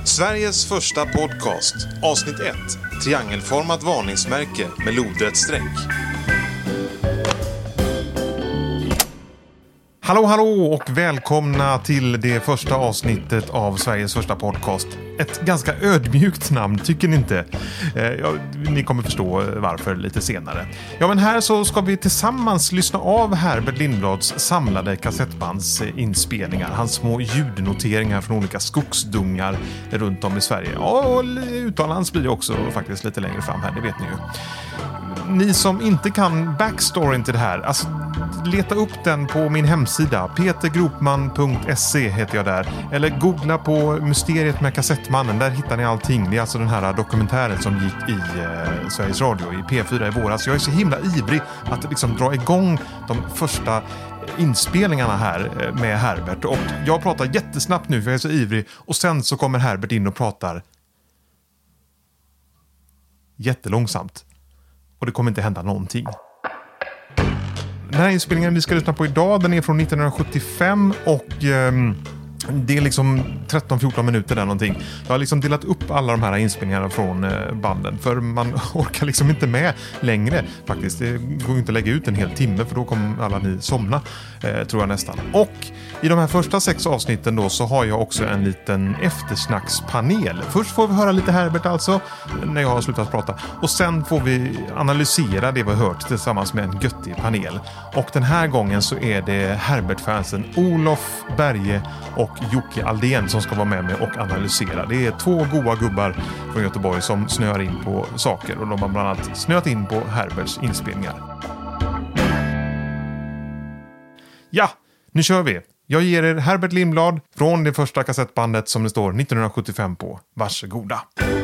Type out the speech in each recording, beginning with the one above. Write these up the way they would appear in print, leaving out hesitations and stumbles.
Sveriges första podcast, avsnitt 1, triangelformat varningsmärke med lodrätt streck. Hallå och välkomna till det första avsnittet av Sveriges första podcast. Ett ganska ödmjukt namn, tycker ni inte? Ni kommer förstå varför lite senare. Ja, men här så ska vi tillsammans lyssna av Herbert Lindblads samlade kassettbandsinspelningar. Hans små ljudnoteringar från olika skogsdungar runt om i Sverige. Ja, och uttalans blir det också faktiskt lite längre fram här, det vet ni ju. Ni som inte kan backstoryn till det här, alltså leta upp den på min hemsida petergropman.se heter jag där, eller googla på Mysteriet med kassettmannen, där hittar ni allting. Det är alltså den här dokumentären som gick i Sveriges Radio i P4 i våras. Jag är så himla ivrig att liksom dra igång de första inspelningarna här med Herbert, och jag pratar jättesnabbt nu för jag är så ivrig, och sen så kommer Herbert in och pratar jättelångsamt. Och det kommer inte hända någonting. Den här inspelningen vi ska lyssna på idag, den är från 1975 och det är liksom 13-14 minuter där någonting. Jag har liksom delat upp alla de här inspelningarna från banden, för man orkar liksom inte med längre faktiskt. Det går inte att lägga ut en hel timme, för då kommer alla ni somna, tror jag nästan. Och i de här första 6 avsnitten då så har jag också en liten eftersnackspanel. Först får vi höra lite Herbert alltså, när jag har slutat prata. Och sen får vi analysera det vi har hört tillsammans med en göttig panel. Och den här gången så är det Herbert-fansen Olof Berge och Jocke Aldén som ska vara med mig och analysera. Det är 2 goa gubbar från Göteborg som snöar in på saker, och de har bland annat snöat in på Herberts inspelningar. Ja, nu kör vi! Jag ger er Herbert Lindblad från det första kassettbandet som det står 1975 på. Varsågoda!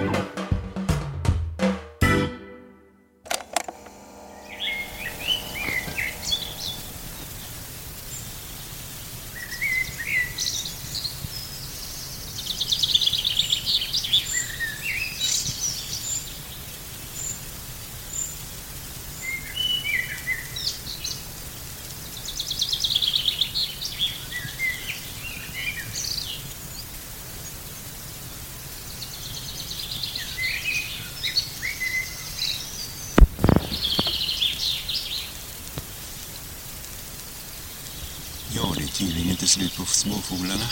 Ja, det är tydligen inte slut på småfåglarna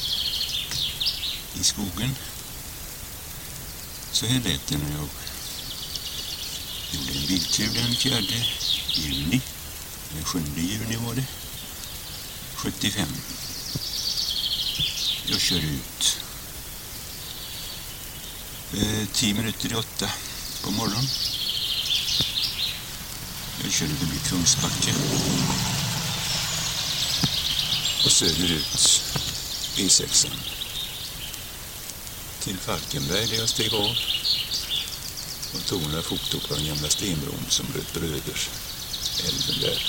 i skogen. Så här lät det när jag gjorde en biltur den 4 juni, den 7 juni var det, 75. Jag kör ut 10 minuter i 8 på morgonen. Jag körde förbi Kungsbacka och söderut E6 till Falkenberg, där jag steg av och tog några foto på den gamla stenbron som löper över älven där.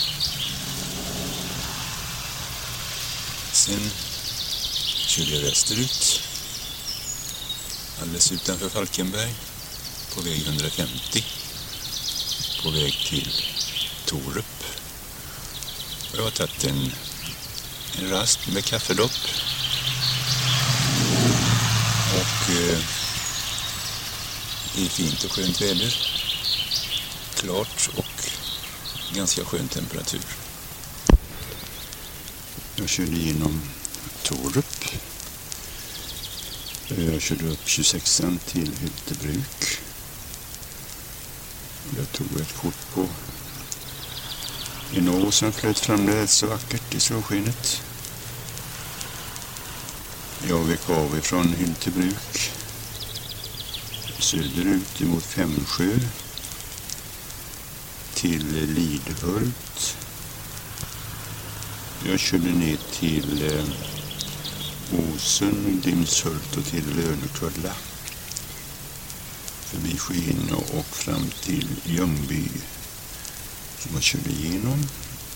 Sen körde jag västerut alldeles utanför Falkenberg på väg 150 på väg till Torup, och jag har tagit en rast med kaffedopp, och det är fint och skönt väder, klart och ganska skön temperatur. Jag körde genom Torup, jag körde upp 26an till Hyltebruk, jag tog ett kort på en å som flöt fram där så vackert i solskenet. Jag vek av ifrån Hyltebruk söderut mot Femsjö till Lidhult. Jag körde ner till Åsen, Dimshult och till Lönekulla, förbi Skien och fram till Ljungby som jag körde igenom.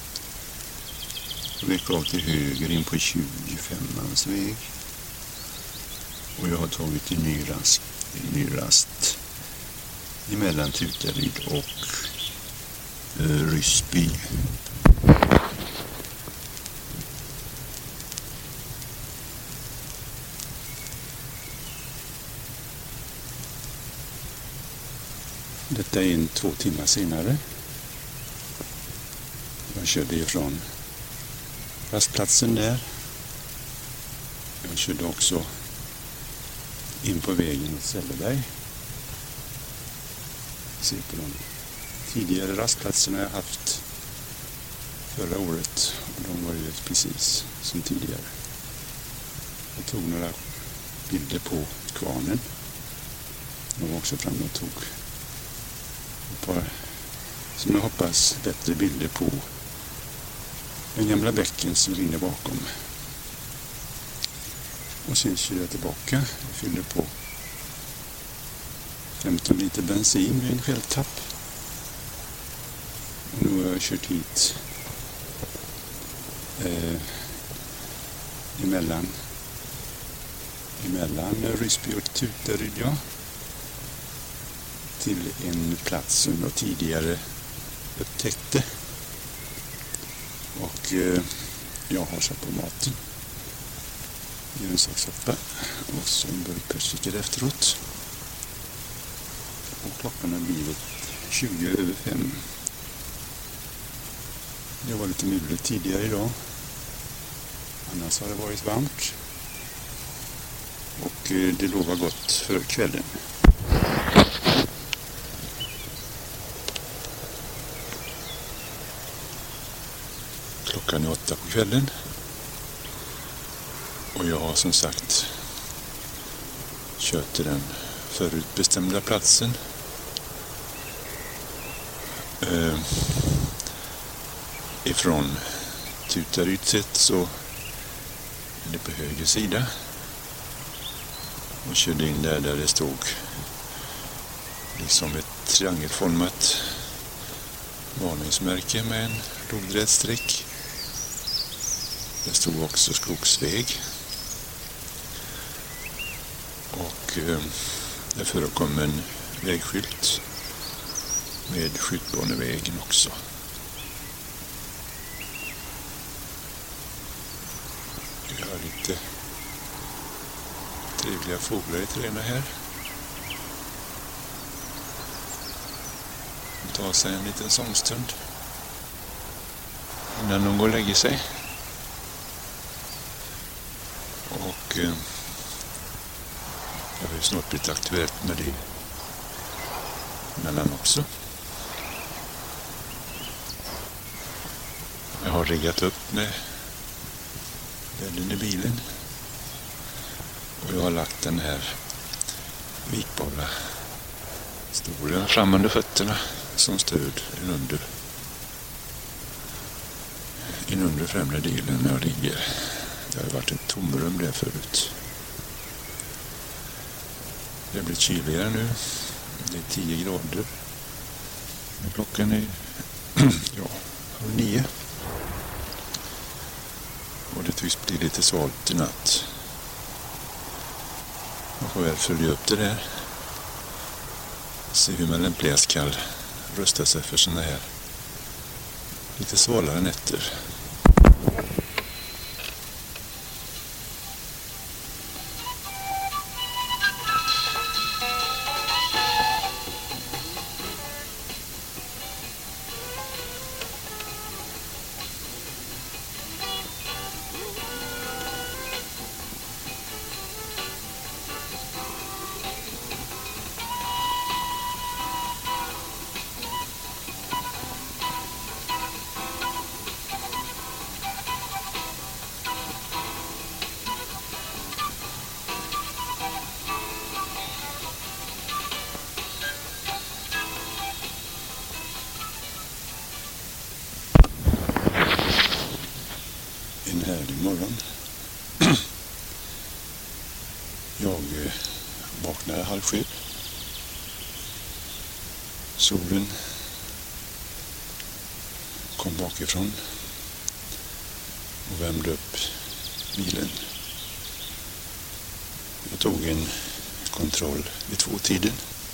Jag vek av till höger in på 25ans väg, och jag har tagit en ny rast emellan Tutaryd och Ryssby. Detta är 2 timmar senare. Jag körde ifrån rastplatsen där. Jag körde också in på vägen åt Sälleberg. Se på de tidigare rastplatserna jag haft förra året. Och de var ju precis som tidigare. Jag tog några bilder på kvarnen. Jag var också framme och tog ett par, som jag hoppas, bättre bilder på den gamla bäcken som rinner bakom. Och sen kör jag tillbaka. Jag fyller på 15 liter bensin vid en självtapp. Och nu har jag kört hit emellan Ryssby och Tutaryd, ja, till en plats som jag tidigare upptäckte. Och jag har satt på maten. Grönsakssoppa och så en burk persikor efteråt. Och klockan har blivit 5:20. Det var lite mulet tidigare idag. Annars har det varit varmt. Och det lovar gott för kvällen. Klockan är 8 på kvällen. Och jag har som sagt kört till den förutbestämda platsen. Ifrån Tutaryd sett så är det på höger sida. Och körde in där det stod liksom ett triangelformat varningsmärke med en lodrätt streck. Det stod också skogsväg. Och det förekom en vägskylt med skjutbanevägen också. Vi har lite trevliga fåglar i träna här. De tar sig en liten sångstund innan de går och lägger sig. Och det har ju snart blivit aktuellt med det mellan också. Jag har riggat upp med bädden i bilen. Och jag har lagt den här vikbara stolen fram under fötterna som stöd inunder främre delen när jag ligger. Det har ju varit ett tomrum där förut. Det blir kyligare nu. Det är 10 grader. Klockan är 9. Och det tycks bli lite svalt i natt. Man får väl följa upp det där. Se hur man lämpligast kan rusta sig för såna här lite svalare nätter. En härlig morgon. Jag vaknade 6:30. Solen kom bakifrån och värmde upp bilen. Jag tog en kontroll vid 2-tiden.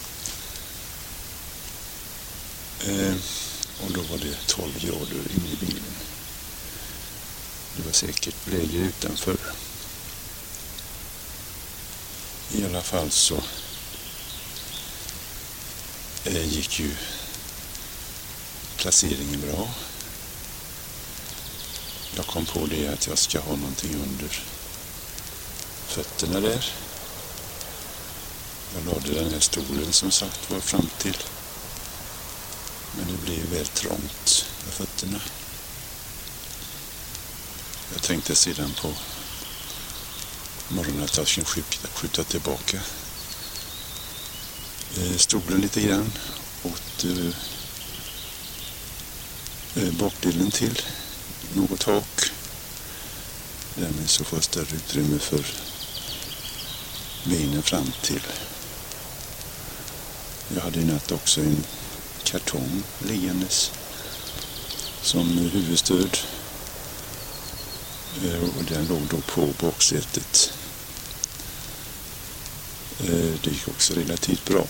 Och då var det 12 grader inne i bilen. Det var säkert läge utanför. I alla fall så gick ju placeringen bra. Jag kom på det att jag ska ha någonting under fötterna där. Jag lade den här stolen som sagt var fram till. Men det blev väl trångt med fötterna. Jag tänkte sedan på morgonen att jag skulle skjuta tillbaka stolen lite grann åt bakdelen till något tak. Därmed så får jag större utrymme för benen fram till. Jag hade i natt också en kartong liggandes som huvudstöd. Och den låg då på baksätet. Det gick också relativt bra.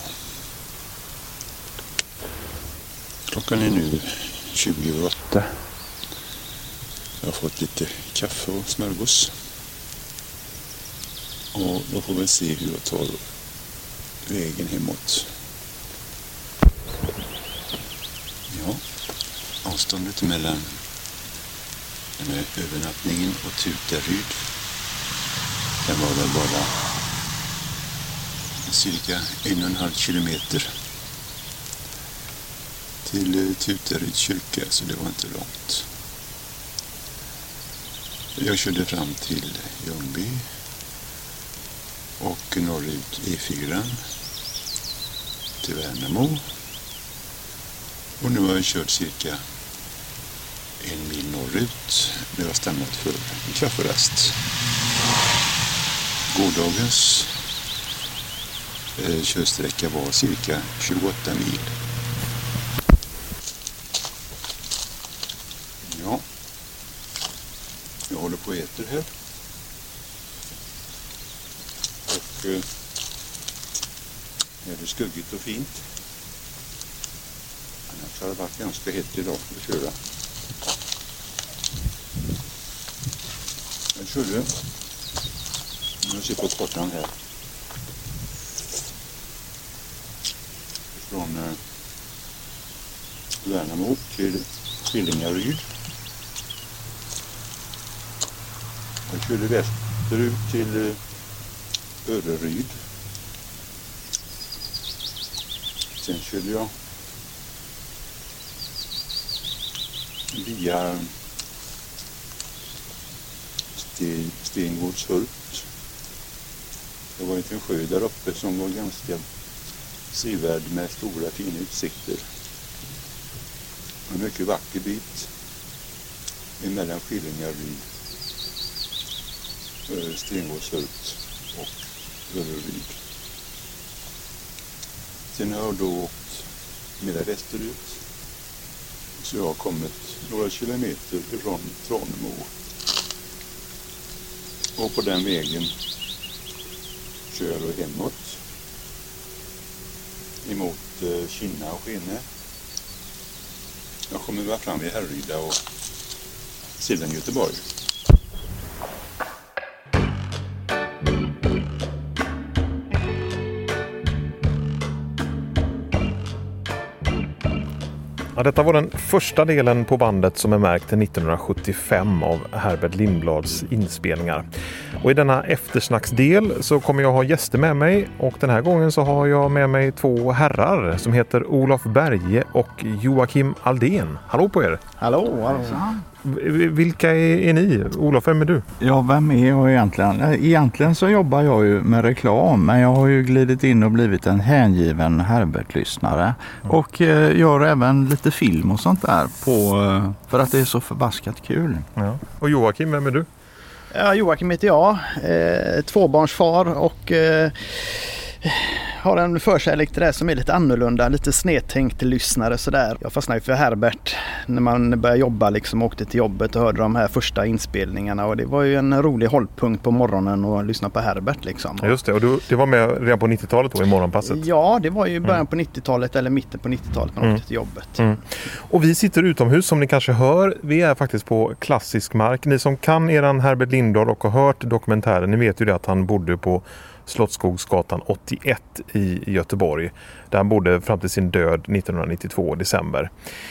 Klockan är nu 28. Jag har fått lite kaffe och smörgås. Och då får vi se hur jag tar vägen hemåt. Ja, avståndet mellan den här övernattningen och Tutaryd. Den var väl bara cirka 1,5 kilometer till Tutaryds kyrka, så det var inte långt. Jag körde fram till Ljungby och norrut E4 till Värnamo. Och nu har jag kört cirka 1 mil norrut när jag har stannat för en kafferast. Gårdagens körsträcka var cirka 28 mil. Ja, jag håller på och äter här. Och är det skuggigt och fint. Annars har det varit ganska hett idag att köra. Jag körde, jag ser på kartan här, från Värnamo till Skillingaryd. Jag körde västerut till Öreryd. Sen körde jag via Stengårdshult. Det var en liten sjö där uppe som var ganska sevärd med stora fina utsikter. En mycket vacker bit emellan Skillingaryd, Stengårdshult och Öreryd. Sen har jag då åkt mera västerut, så jag har kommit några kilometer ifrån Tranemo. Och på den vägen kör jag hemåt emot Kinna och Skene. Jag kommer vara fram vid Härryda och sedan Göteborg. Ja, detta var den första delen på bandet som är märkt 1975 av Herbert Lindblads inspelningar. Och i denna eftersnacksdel så kommer jag ha gäster med mig, och den här gången så har jag med mig 2 herrar som heter Olof Berge och Joakim Aldén. Hallå på er! Hallå, hallå. Vilka är ni? Olof, vem är du? Ja, vem är jag egentligen? Egentligen så jobbar jag ju med reklam, men jag har ju glidit in och blivit en hängiven Herbert-lyssnare. Och gör även lite film och sånt där för att det är så förbaskat kul. Ja. Och Joakim, vem är du? Ja, Joakim heter jag, tvåbarnsfar och har en förkärlek till det som är lite annorlunda, lite snedtänkt lyssnare sådär. Jag fastnade för Herbert när man började jobba, liksom åkte till jobbet och hörde de här första inspelningarna, och det var ju en rolig hållpunkt på morgonen att lyssna på Herbert liksom. Ja, just det, och det var med redan på 90-talet då i morgonpasset? Ja, det var ju början på 90-talet eller mitten på 90-talet när man åkte till jobbet. Och vi sitter utomhus som ni kanske hör. Vi är faktiskt på klassisk mark. Ni som kan eran Herbert Lindblad och har hört dokumentären, ni vet ju det att han bodde på Slottsskogsgatan 81 i Göteborg. Där han bodde fram till sin död 1992 i december.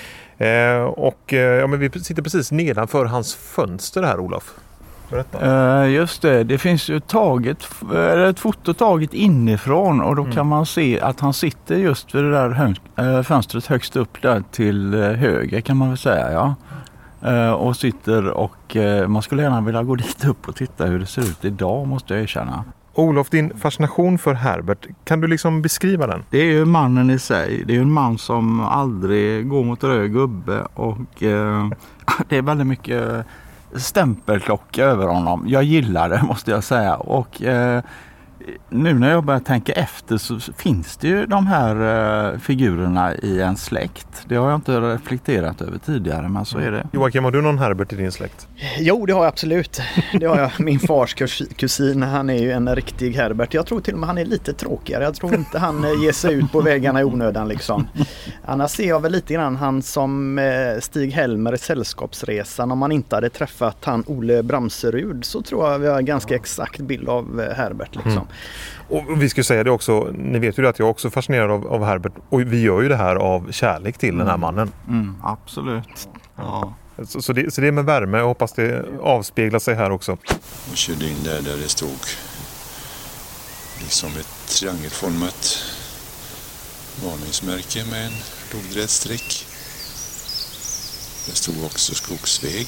Men vi sitter precis nedanför hans fönster här, Olof. Just det finns ju ett foto taget inifrån och då kan man se att han sitter just vid det där fönstret högst upp där till höger kan man väl säga, ja. Och sitter och man skulle gärna vilja gå dit upp och titta hur det ser ut idag, måste jag erkänna. Olof, din fascination för Herbert, kan du liksom beskriva den? Det är ju mannen i sig. Det är ju en man som aldrig går mot röd gubbe och det är väldigt mycket stämpelklocka över honom. Jag gillar det, måste jag säga. Och nu när jag börjar tänka efter så finns det ju de här figurerna i en släkt. Det har jag inte reflekterat över tidigare, men så är det. Joakim, har du någon Herbert i din släkt? Jo, det har jag absolut. Det har jag. Min fars kusin, han är ju en riktig Herbert. Jag tror till och med han är lite tråkigare. Jag tror inte han ger sig ut på vägarna i onödan liksom. Annars ser jag väl lite grann han som Stig-Helmer i Sällskapsresan. Om man inte hade träffat han Ole Bramserud så tror jag vi har en ganska exakt bild av Herbert liksom. Och vi ska säga det också, ni vet ju att jag är också fascinerad av Herbert och vi gör ju det här av kärlek till den här mannen. Absolut. Ja. Så det är med värme, jag hoppas det avspeglar sig här också. Och körde in där det stod liksom ett triangelformat varningsmärke med en lodrätt streck. Det stod också skogsväg.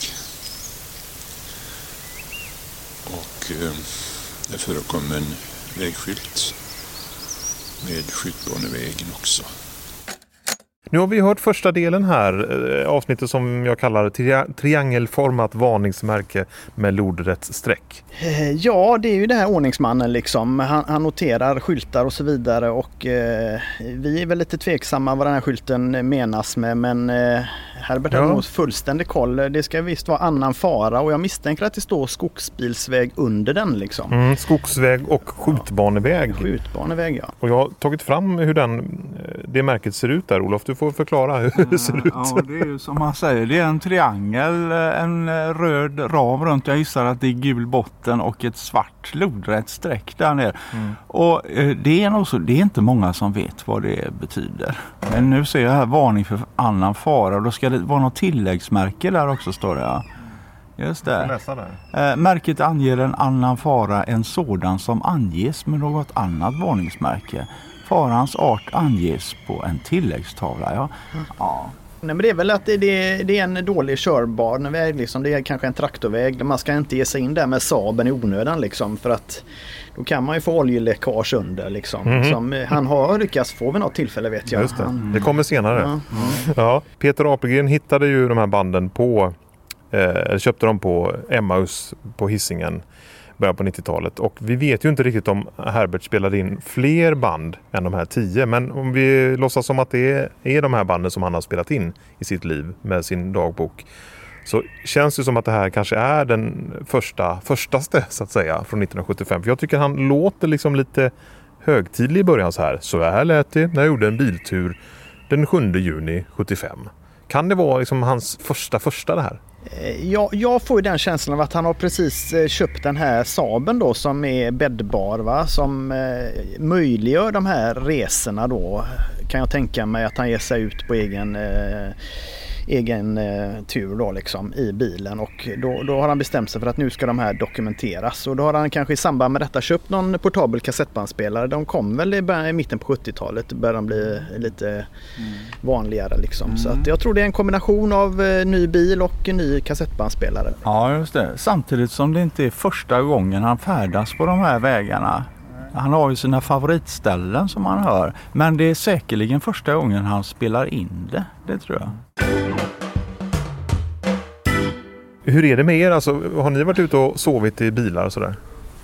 Och det förekom en vägskylt med skjutbanevägen också. Nu har vi hört första delen här, avsnittet som jag kallar triangelformat varningsmärke med lodrätt streck. Ja, det är ju det här ordningsmannen liksom. Han noterar skyltar och så vidare och vi är väl lite tveksamma vad den här skylten menas med, men Herbert har nog fullständig koll. Det ska visst vara annan fara och jag misstänker att det står skogsbilsväg under den liksom. Skogsväg och skjutbaneväg. Skjutbaneväg, ja. Och jag har tagit fram hur det märket ser ut där, Olof. Du får förklara hur det ser ut. Ja, det är ju som man säger, det är en triangel, en röd ram runt. Jag gissar att det är gul botten och ett svart lodrätt streck där nere. Och det är nog så, det är inte många som vet vad det betyder. Men nu ser jag här varning för annan fara och då ska det vara något tilläggsmärke där också, står det. Ja. Just det. Märket anger en annan fara än sådan som anges med något annat varningsmärke. Farans art anges på en tilläggstavla. Ja. Nej, men det är väl att det är en dålig körbar väg liksom. Det är kanske en traktorväg. Man ska inte ge sig in där med Saaben i onödan liksom, för att då kan man ju få oljeläckage under liksom. Som han har lyckats få vid något tillfälle, vet jag. Just det. Det kommer senare. Ja. Peter Apelgren hittade ju de här banden köpte dem på Emmaus på Hisingen början på 90-talet. Och vi vet ju inte riktigt om Herbert spelade in fler band än de här 10. Men om vi låtsas som att det är de här banden som han har spelat in i sitt liv med sin dagbok, så känns det som att det här kanske är den förstaste så att säga från 1975. För jag tycker han låter liksom lite högtidlig i början så här. Så här lät det när jag gjorde en biltur den 7 juni 75. Kan det vara liksom hans första det här? Jag får ju den känslan av att han har precis köpt den här Saaben då som är bäddbar, va? Som möjliggör de här resorna då. Kan jag tänka mig att han ger sig ut på egen tur då liksom i bilen, och då har han bestämt sig för att nu ska de här dokumenteras, och då har han kanske i samband med detta köpt någon portabel kassettbandspelare. De kom väl i mitten på 70-talet, började de bli lite vanligare liksom. Så att jag tror det är en kombination av ny bil och ny kassettbandspelare. Ja, just det. Samtidigt som det inte är första gången han färdas på de här vägarna. Han har ju sina favoritställen som man hör. Men det är säkerligen första gången han spelar in det tror jag. Hur är det med er? Alltså, har ni varit ute och sovit i bilar och sådär?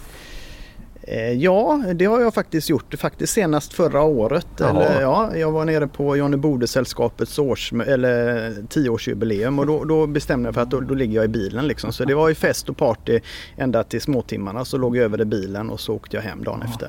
Ja, det har jag faktiskt gjort. Faktiskt senast förra året. Jag var nere på Johnny Bode-sällskapets 10-årsjubileum och då bestämde jag för att då ligger jag i bilen liksom. Så det var ju fest och party ända till småtimmarna, så låg jag över i bilen och så åkte jag hem dagen efter.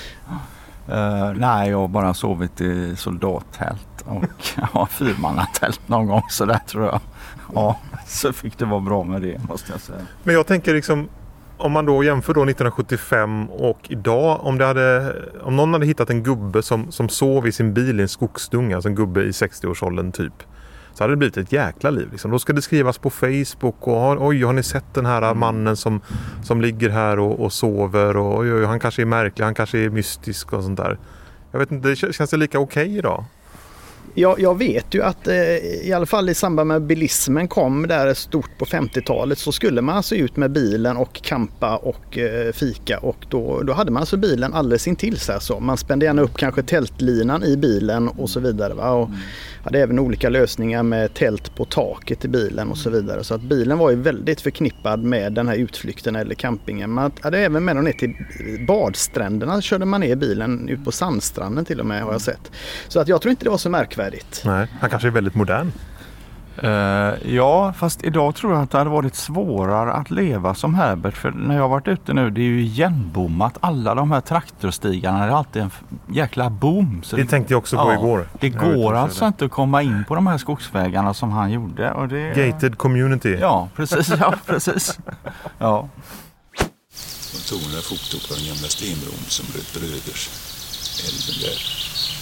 Nej, jag har bara sovit i soldattält och fyrmannatält någon gång, så där tror jag. Ja, så fick det vara bra med det, måste jag säga. Men jag tänker liksom, om man då jämför då 1975 och idag, om någon hade hittat en gubbe som sov i sin bil i en skogsdunge, alltså en gubbe i 60-årsåldern typ, så hade det blivit ett jäkla liv. Liksom. Då ska det skrivas på Facebook och oj, har ni sett den här mannen som ligger här och sover och oj, han kanske är märklig, han kanske är mystisk och sånt där. Jag vet inte, känns det lika okej idag? Jag vet ju att i alla fall i samband med bilismen kom där stort på 50-talet, så skulle man alltså ut med bilen och campa och fika, och då hade man alltså bilen alldeles intill sig. Så man spände gärna upp kanske tältlinan i bilen och så vidare. Va? Och hade även olika lösningar med tält på taket i bilen och så vidare. Så att bilen var ju väldigt förknippad med den här utflykten eller campingen. Man hade även med dem ner till badstränderna, körde man ner bilen ut på sandstranden till och med, har jag sett. Så att jag tror inte det var så märkvärdigt. Nej, han kanske är väldigt modern. Ja, fast idag tror jag att det hade varit svårare att leva som Herbert. För när jag har varit ute nu, det är ju igenbommat. Alla de här traktorstigarna, det är alltid en jäkla boom. Så det tänkte jag också på igår. Det går alltså inte att komma in på de här skogsvägarna som han gjorde. Och det, gated community. Ja, precis. Ja, precis. Ja. De tog några foto på den gamla stenbron som löper över älven där.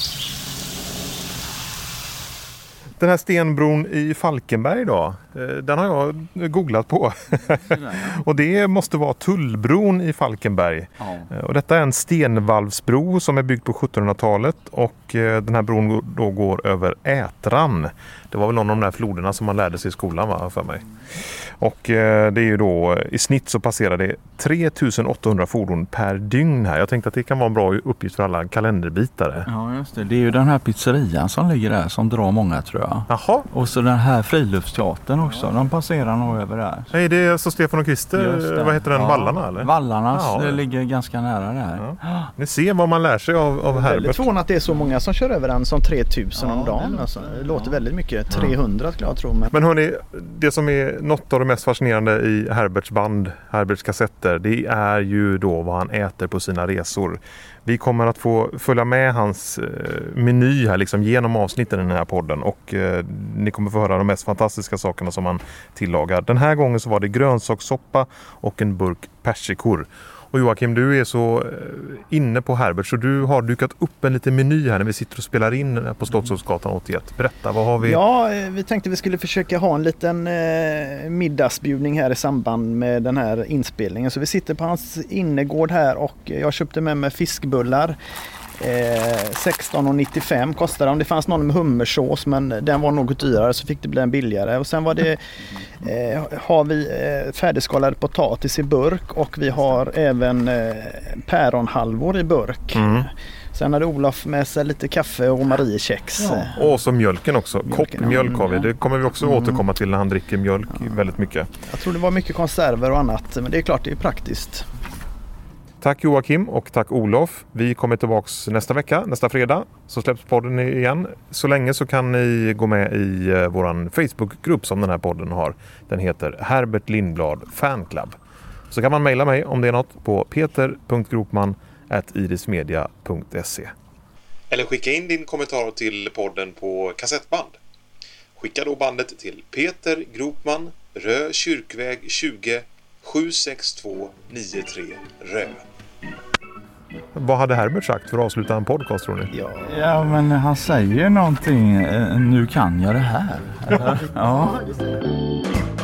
Den här stenbron i Falkenberg då, den har jag googlat på. Och det måste vara Tullbron i Falkenberg. Ja. Och detta är en stenvalvsbro som är byggd på 1700-talet och den här bron då går över Ätran. Det var väl någon av de där floderna som man lärde sig i skolan, va, för mig. Och det är ju då, i snitt så passerar det 3800 fordon per dygn här. Jag tänkte att det kan vara en bra uppgift för alla kalenderbitare. Ja, just det. Det är ju den här pizzerian som ligger där som drar många, tror jag. Jaha. Och så den här friluftsteatern också. De passerar nog över där. Nej, det är så Stefan och Christer, vad heter den, Vallarna eller? Vallarna, det ligger ganska nära där. Ja. Ni ser vad man lär sig av Herbert. Det är väldigt förvånande att det är så många som kör över den, som 3000 om dagen. Det låter väldigt mycket. 300 skulle jag tro. Men hörni, det som är något av det mest fascinerande i Herberts band, Herberts kassetter, det är ju då vad han äter på sina resor. Vi kommer att få följa med hans meny här liksom genom avsnitten i den här podden, och ni kommer få höra de mest fantastiska sakerna som han tillagar. Den här gången så var det grönsakssoppa och en burk persikor. Och Joakim, du är så inne på Herbert, så du har dukat upp en liten meny här när vi sitter och spelar in på Slottsholmsgatan 81. Berätta, vad har vi? Ja, vi tänkte vi skulle försöka ha en liten middagsbjudning här i samband med den här inspelningen. Så vi sitter på hans innergård här och jag köpte med mig fiskbullar. 16,95 kostade de. Det fanns någon med hummersås, men den var något dyrare, så fick det bli en billigare. Och sen var det har vi färdigskalad potatis i burk, och vi har även päronhalvor i burk. Sen hade Olof med sig lite kaffe och Mariekex. Ja. Och så mjölken också. Koppmjölk har vi. Det kommer vi också återkomma till när han dricker mjölk väldigt mycket. Jag tror det var mycket konserver och annat, men det är klart det är praktiskt. Tack Joakim och tack Olof. Vi kommer tillbaks nästa vecka, nästa fredag. Så släpps podden igen. Så länge så kan ni gå med i våran Facebookgrupp som den här podden har. Den heter Herbert Lindblad Fanclub. Så kan man mejla mig om det är något på peter.gropman@irismedia.se. Eller skicka in din kommentar till podden på kassettband. Skicka då bandet till Peter Gropman, Rö Kyrkväg 20 76293 Rö. Vad hade Herbert sagt för att avsluta en podcast, tror ni? Ja, men han säger någonting. Nu kan jag det här. Ja.